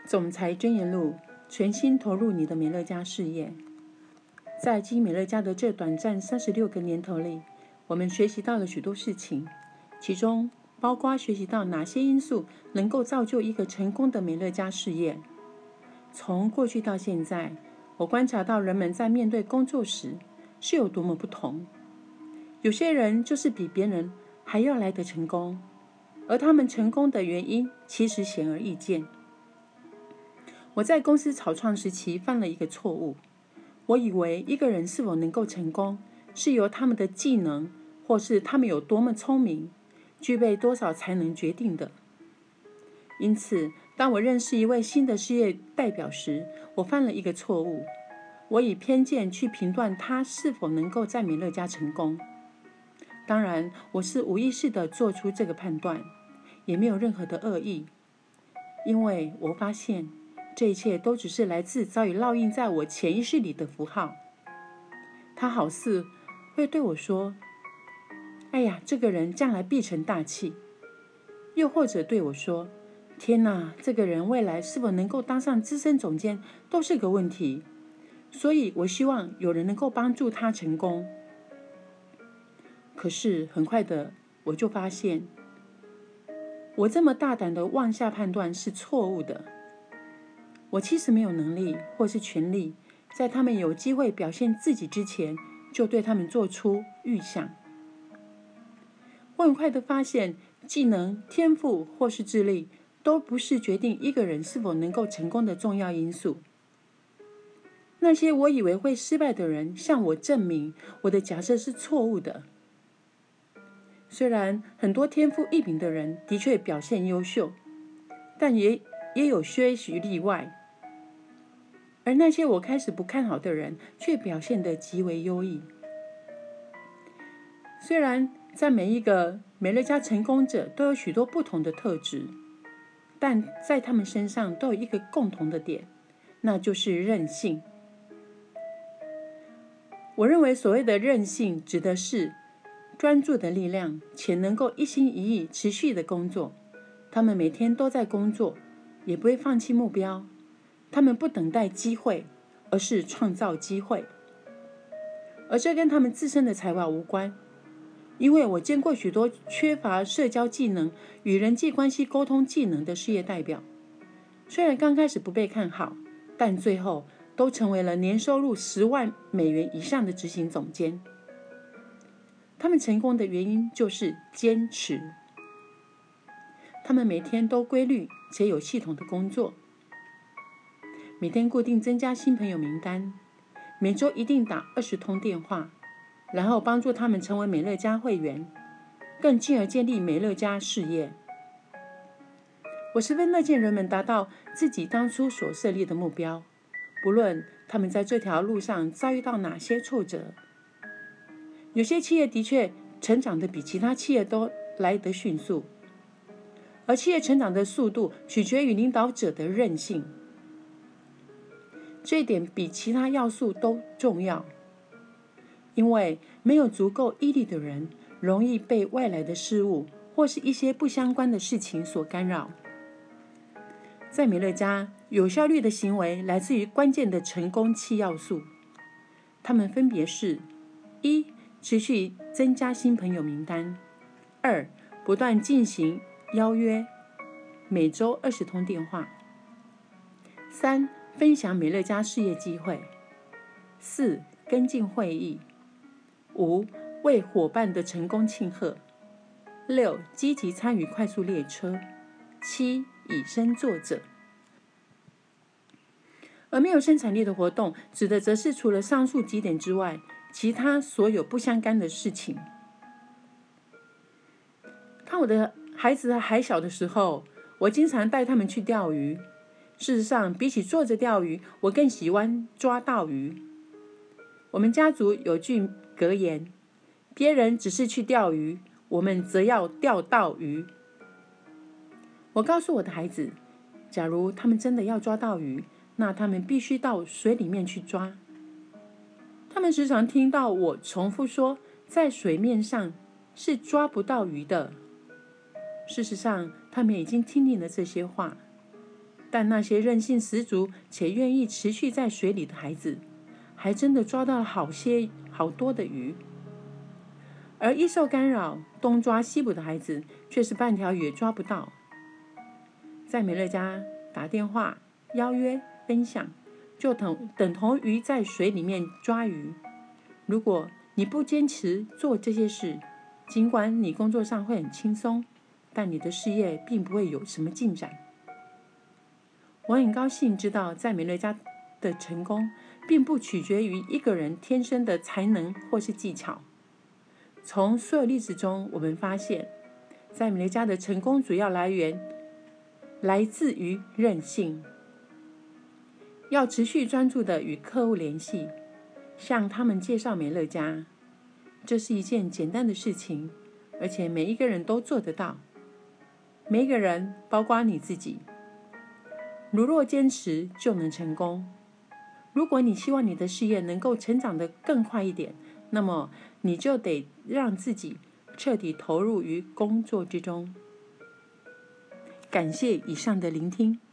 总裁箴言录，全心投入你的美乐家事业。在经营美乐家的这短暂36个年头里，我们学习到了许多事情，其中包括学习到哪些因素能够造就一个成功的美乐家事业。从过去到现在，我观察到人们在面对工作时是有多么不同。有些人就是比别人还要来得成功，而他们成功的原因其实显而易见。我在公司草创时期犯了一个错误，我以为一个人是否能够成功，是由他们的技能，或是他们有多么聪明，具备多少才能决定的。因此，当我认识一位新的事业代表时，我犯了一个错误，我以偏见去评断他是否能够在美乐家成功。当然，我是无意识地做出这个判断，也没有任何的恶意，因为我发现这一切都只是来自早已烙印在我潜意识里的符号。他好似会对我说：“哎呀，这个人将来必成大器。”又或者对我说：“天哪，这个人未来是否能够当上资深总监都是个问题。”所以我希望有人能够帮助他成功。可是很快的，我就发现，我这么大胆的妄下判断是错误的。我其实没有能力或是权利，在他们有机会表现自己之前，就对他们做出预想。我很快的发现，技能、天赋或是智力，都不是决定一个人是否能够成功的重要因素。那些我以为会失败的人，向我证明我的假设是错误的。虽然很多天赋异禀的人的确表现优秀，但也有些许例外。而那些我开始不看好的人，却表现得极为优异。虽然在每一个美乐家成功者都有许多不同的特质，但在他们身上都有一个共同的点，那就是韧性。我认为所谓的韧性，指的是专注的力量，且能够一心一意持续的工作。他们每天都在工作，也不会放弃目标。他们不等待机会，而是创造机会。而这跟他们自身的才华无关，因为我见过许多缺乏社交技能与人际关系沟通技能的事业代表，虽然刚开始不被看好，但最后都成为了年收入10万美元以上的执行总监。他们成功的原因就是坚持。他们每天都规律且有系统的工作，每天固定增加新朋友名单，每周一定打20通电话，然后帮助他们成为美乐家会员，更进而建立美乐家事业。我十分乐见人们达到自己当初所设立的目标，不论他们在这条路上遭遇到哪些挫折。有些企业的确成长得比其他企业都来得迅速，而企业成长的速度取决于领导者的韧性。这一点比其他要素都重要，因为没有足够毅力的人，容易被外来的事物或是一些不相关的事情所干扰。在美乐家，有效率的行为来自于关键的成功7要素，它们分别是：1. 持续增加新朋友名单； 2. 不断进行邀约，每周20通电话； 3. 分享美乐家事业机会； 4. 跟进会议； 5. 为伙伴的成功庆贺； 6. 积极参与快速列车； 7. 以身作则。而没有生产力的活动，指的则是除了上述几点之外，其他所有不相干的事情。当我的孩子还小的时候，我经常带他们去钓鱼。事实上，比起坐着钓鱼，我更喜欢抓到鱼。我们家族有句格言：别人只是去钓鱼，我们则要钓到鱼。我告诉我的孩子，假如他们真的要抓到鱼，那他们必须到水里面去抓。他们时常听到我重复说，在水面上是抓不到鱼的。事实上，他们已经听腻了这些话。 但那些韧性十足且愿意持续在水里的孩子，还真的抓到了好多的鱼。而一受干扰，东抓西捕的孩子，却是半条鱼也抓不到。在美乐家打电话邀约分享，就等同于在水里面抓鱼。如果你不坚持做这些事，尽管你工作上会很轻松，但你的事业并不会有什么进展。我很高兴知道，在美乐家的成功，并不取决于一个人天生的才能或是技巧。从所有例子中，我们发现，在美乐家的成功主要来源来自于韧性。要持续专注地与客户联系，向他们介绍美乐家，这是一件简单的事情，而且每一个人都做得到。每一个人，包括你自己，如若坚持，就能成功。如果你希望你的事业能够成长得更快一点，那么你就得让自己彻底投入于工作之中。感谢以上的聆听。